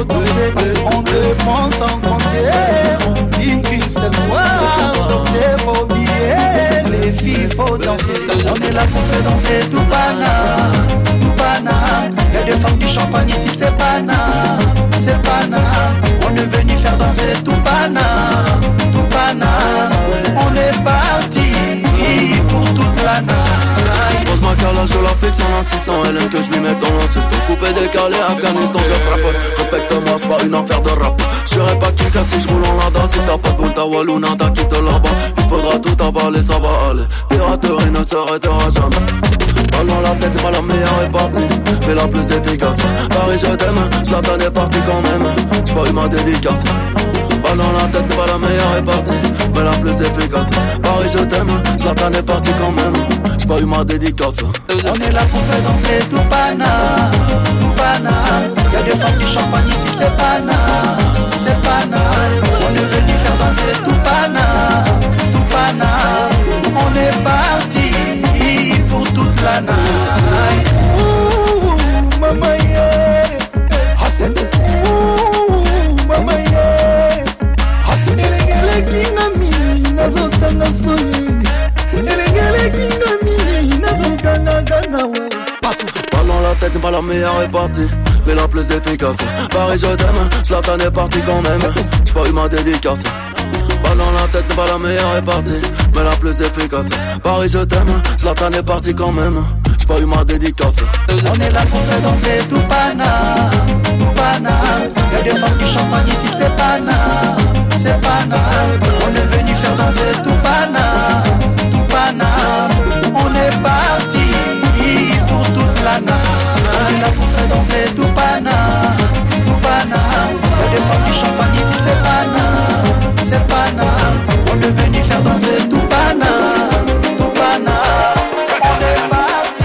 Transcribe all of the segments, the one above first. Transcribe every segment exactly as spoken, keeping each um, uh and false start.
faut danser. On dépense sans compter, on vit qu'une seule fois. Sortez vos billets, les filles faut danser. On est là pour faire danser tout pana, tout pana. Y'a des femmes du champagne ici, c'est pana, c'est pana. On est venu faire danser tout pana, tout pana. On est parti pour toute la night. Je pose ma calage, je la fixe en insistant. Elle aime que je lui mette dans l'insulte. Coupé, décalé, Afghanistan, je frappe. Respecte-moi, c'est pas une affaire de rap. Je serais pas qui casse si je roule en lada. Si t'as pas de boule, ta walou, nada, quitte là-bas. Il faudra tout avaler, ça va aller. Piraterie ne s'arrêtera jamais. Balle dans la tête, pas la meilleure est partie, mais la plus efficace. Paris, je t'aime, Zlatan est parti quand même. J'ai pas eu ma dédicace. Balle dans la tête, pas la meilleure est partie, mais la plus efficace. Paris, je t'aime, Zlatan est parti quand même. J'ai pas eu ma dédicace. On est là pour faire danser tout pana, tout pana. Y'a des femmes du champagne ici, c'est pana, c'est pana. On est venu faire danser tout pana, tout pana. On est parti pour toute la night. Ouh, maman yeah, Hassan. Ouh, maman yeah, Hassan. Elengele kinami, nazotanga soye. Elengele kinami, nazotanga ganawa. Balle dans la tête, pas la meilleure est partie, mais la plus efficace. Paris, je t'aime, Zlatan est parti quand même. J'ai pas eu ma dédicace. Balle dans la tête, pas la meilleure est partie, mais la plus efficace. Paris, je t'aime, Zlatan est parti quand même. J'ai pas eu ma dédicace. On est là pour faire danser tout pana, tout pana. Y'a des femmes du champagne ici, c'est pana, c'est pana. On est venu faire danser tout pana, tout pana. On est parti pour toute la night. On est là pour faire danser tout pana, tout pana. Y'a des femmes du champagne ici, c'est pana, c'est pana. On est venu faire danser tout pana, tout pana. On est parti.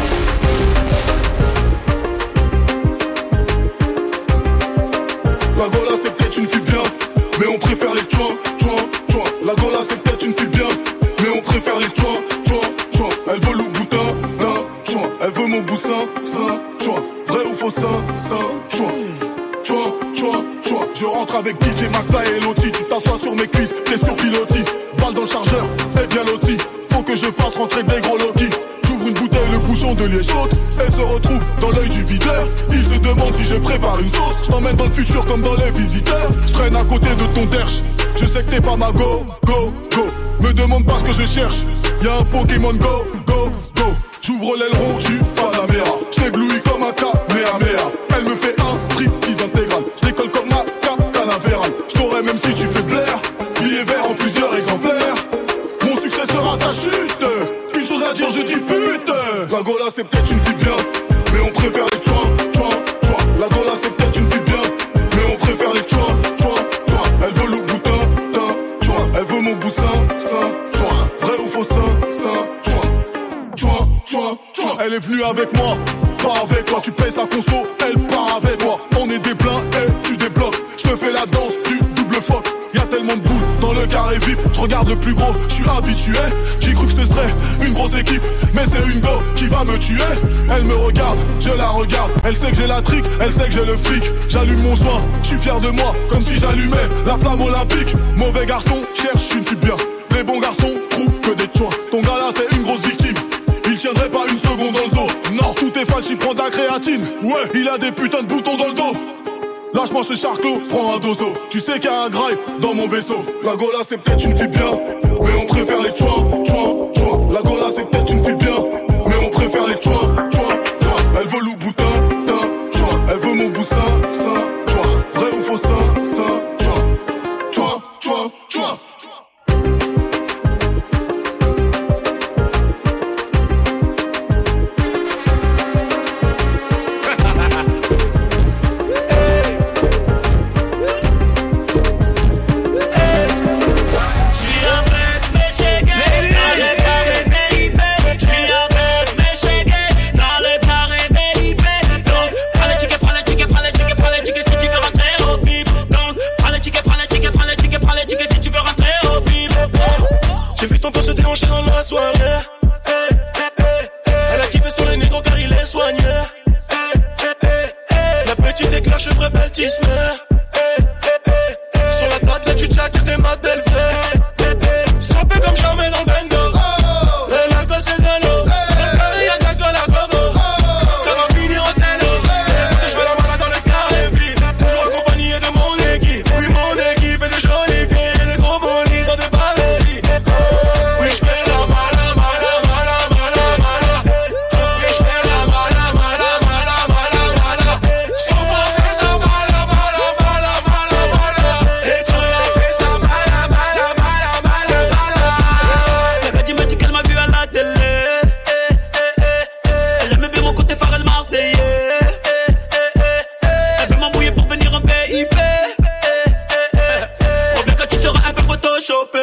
La Gola c'est peut-être une fille bien, mais on préfère les chouins, chouins, chouins. La Gola c'est peut-être une fille bien, mais on préfère les chouins, chouins, chouins. Elle veut le boutin d'un chouin, elle veut mon boussin, sain, chouin. Vrai ou faux, sain, sain, chouin. Chouin, chouin, chouin. Je rentre avec D J McFly et Loti. Tu t'assois sur mes cuisses, t'es sur pilotis. Balle dans le chargeur, et bien loti. Faut que je fasse rentrer des gros Loki. J'ouvre une bouteille, le bouchon de liège saute. Elle se retrouve dans l'œil du videur. Il se demande si je prépare une sauce. Je t'emmène dans le futur comme dans les visiteurs. Je traîne à côté de ton derche. Je sais que t'es pas ma go, go, go. Me demande pas ce que je cherche. Y'a un Pokémon go, go, go. J'ouvre l'aileron, j'suis pas la mère. J't'éblouis comme un Kamehameha. Elle me fait un striptease intégral. J'décolle comme ma Canaveral. J't'aurai même si tu fais blaire. Billet vert en plusieurs exemplaires. Mon succès sera ta chute. Une chose à dire, je dis pute. La Gola c'est peut-être une fille bien, mais on préfère les chouins, chouins, chouins. La Gola c'est peut-être une fille bien, mais on préfère les chouins, chouins, chouins. Elle veut le boutin, tin, chouin. Elle veut mon boussin, sain, chouin. Vrai ou faux, sain, sain, chouin. Chouin, chouin, chouin. Elle est venue avec moi, pas avec toi. Tu payes sa conso, elle part avec moi. On est des pleins et tu débloques. Je te fais la danse du double fuck. Y'a tellement de boules dans le carré V I P. Je regarde le plus gros, je suis habitué. J'ai cru que ce serait une grosse équipe, mais c'est une go qui va me tuer. Elle me regarde, je la regarde. Elle sait que j'ai la trique, elle sait que j'ai le fric. J'allume mon joint, je suis fier de moi, comme si j'allumais la flamme olympique. Mauvais garçon, cherche une fille bien. Les bons garçons trouvent que des chouins. Ton gars là c'est une grosse victime. Il tiendrait pas une seconde dans le dos. Non, tout est falche, il prend de la créatine. Ouais, il a des putains de boutons dans le dos. Lâche-moi ce charclos, prends un dozo. Tu sais qu'il y a un graille dans mon vaisseau. La Gola c'est peut-être une fille bien, mais on préfère les chouins, chouins, chouins. La Gola c'est peut-être une fille bien, mais on préfère les chouins, chouins, chouins. Elle veut le boutin, tin, chouin. Elle veut mon boussin, sain, chouin. Vrai ou faux, sain, sain, chouin. Chouin, chouin, chouin. She a make me shake it. belle qui se met. Eh, eh, eh, eh. Sur la table, là tu tchas que des maths élevées. Eh, eh, eh. Ça fait comme jamais dans le bando. Et l'alcool c'est de l'eau. Dans le carré y'a de l'alcool à gogo. Ça va finir au télo. Écoutez, je fais la malade dans le carré vide. Toujours accompagné de mon équipe. Oui, mon équipe et des jolies filles. Des gros bolides dans des paradis. Oui, je fais la mala, mala, mala, mala, mala. Oui, je fais la mala, mala, mala, mala, mala. Sans moi, fais ça mala, mala, mala, mala, mala. Et tu as fait ça mala, mala, mala, mala, mala. La Gadji m'a dit qu'elle m'a vu à la télé. Eh, eh, eh, eh. Elle aimait bien mon côté Pharrell Marseillais. Eh, eh, eh, eh. Elle veut m'embrouiller pour venir en P I P. Eh, eh, eh, eh. Reviens quand tu seras un peu photoshopé.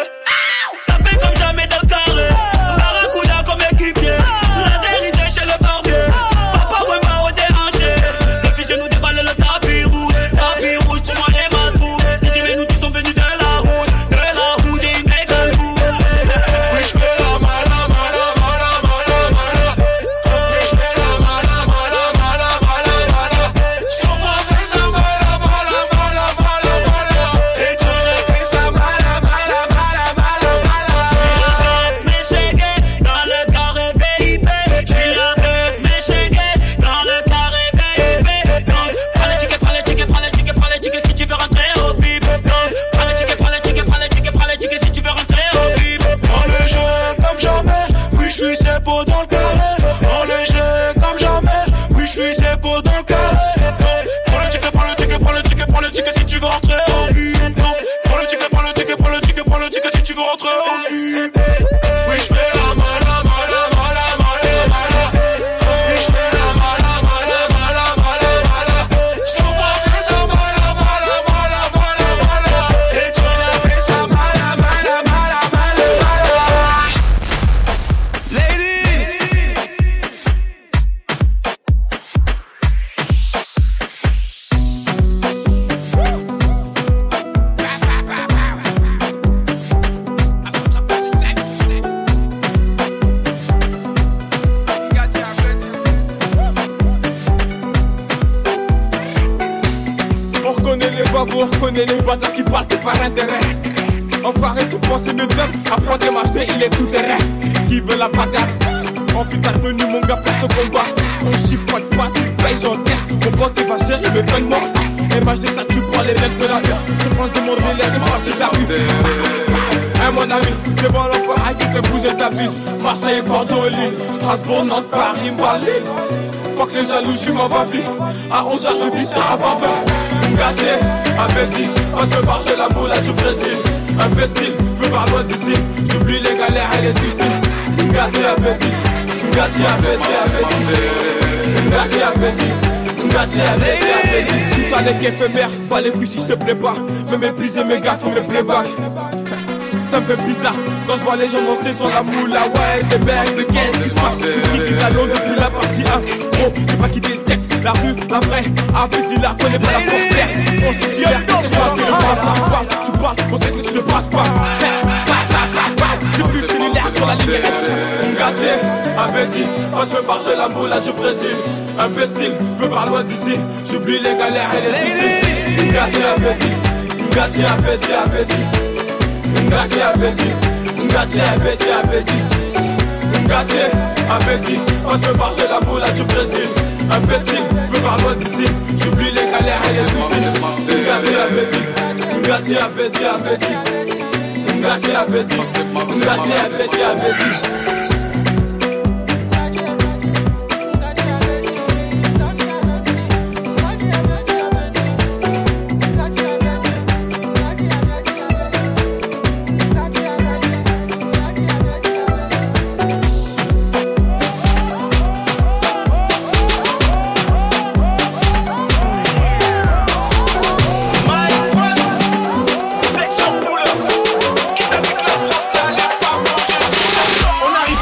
Ça fait comme jamais dans le carré. Barracuda comme équipier. Laserisé chez le barbier. Papa Wemba au déhanché. Le fils nous déballe le tapis rouge. Tapis rouge, tu moi et ma troupe. D J mais nous tous sont venus de la route. De la route et une méga boue. Oui, je fais la mala, mala, mala, mala, mala. Oui, je fais la mala, mala, mala, mala, mala. Sans moi, fais ça mala, mala, mala, mala, mala. Et tu as fait ça mala, mala, mala, mala, mala. Mes chégués dans le carré V I P. J'suis avec mes chégués dans le carré V I P. Donc, prends les tickets, prends les tickets, prends les tickets, prends les tickets si tu veux rentrer au V I P. Donc, prends les tickets, prends les tickets, prends les tickets, prends les tickets si tu veux rentrer au V I P. On le jeu comme jamais. Oui, je suis ses pots dans le carré. On le jeu comme jamais. Oui, je suis ses pots dans le carré. Prends le ticket, prends le ticket, prends le ticket, prends le ticket si tu veux rentrer au V I P. Prends le ticket, prends le ticket, prends le ticket, prends le ticket si tu veux rentrer au V I P. Oui, je fais la mala, mala, mala, mala, mala. Oui, je fais la mala, mala, mala, mala, mala. Sans moi, fais ça mala, mala, mala, mala, mala. Et tu as fait ça mala, mala, mala, mala, mala. Ladies! On reconnaît les babous, on reconnaît les bâtards qui partent que par intérêt. Enfoiré, tu penses mieux de faire. Apprends des marchés, il est tout terrain. Qui veut la bagarre? Envie ta tenue, mon gars, pour ce combat. On chie pas de fois, tu payes, j'encaisse. Mon pote va gérer mes vêtements. M H D, ça tu prends les mecs de la rue. Je pense de mon délai, c'est pas si t'as vu. Hein, mon ami, c'est bon l'enfoiré qui fait bouger ta ville. Marseille, Bordeaux, Lille, Strasbourg, Nantes, Paris, Malais. Fuck les jaloux, je m'en va vite. À onze heures, je vis ça à Barbin. Gâté, appétit, on se barre, j'ai la moula du Brésil. Imbécile, veux par loin d'ici. J'oublie les galères et les soucis. Gâté, appétit, gâté, appétit, appétit. Gâté, appétit, gâté, appétit, appétit. Tout ça n'est qu'éphémère, pas les couilles si je te plais pas. Me mépriser mes gars, font mes playbacks. Ça me fait bizarre quand je vois les gens danser sur la moula. Ouais, je déberge, mais qu'est-ce qui se passe? Tu quittes la longue depuis la partie un. Gros, j'ai pas quitté le texte, la rue, la vraie. Appétit, la connais pas la porte-terre. On se tire, c'est quoi que le passe? Tu parles, tu parles, on sait que tu ne passes pas. Tu butes, c'est l'air sur la ligne reste. Gâté, appétit, on se barre, j'ai la moula du Brésil. Imbécile, veux par loin d'ici. J'oublie les galères et les soucis. Gâté, appétit, gâté, appétit, appétit. Gâté, appétit, gâté, appétit, appétit. Gâté, appétit, on se barre, j'ai la moula du Brésil. Imbécile, veux par loin d'ici. J'oublie les galères et les soucis. Gâté, appétit, gâté, appétit, appétit. Gâté, appétit, gâté, appétit, appétit. On arrive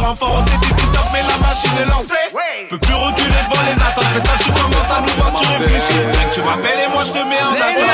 enfant, on s'était dit stop, mais la machine est lancée. Peux plus reculer devant les attentes, mais toi tu commences à nous voir, tu réfléchis. Mec, tu m'appelles et moi je te mets en attente.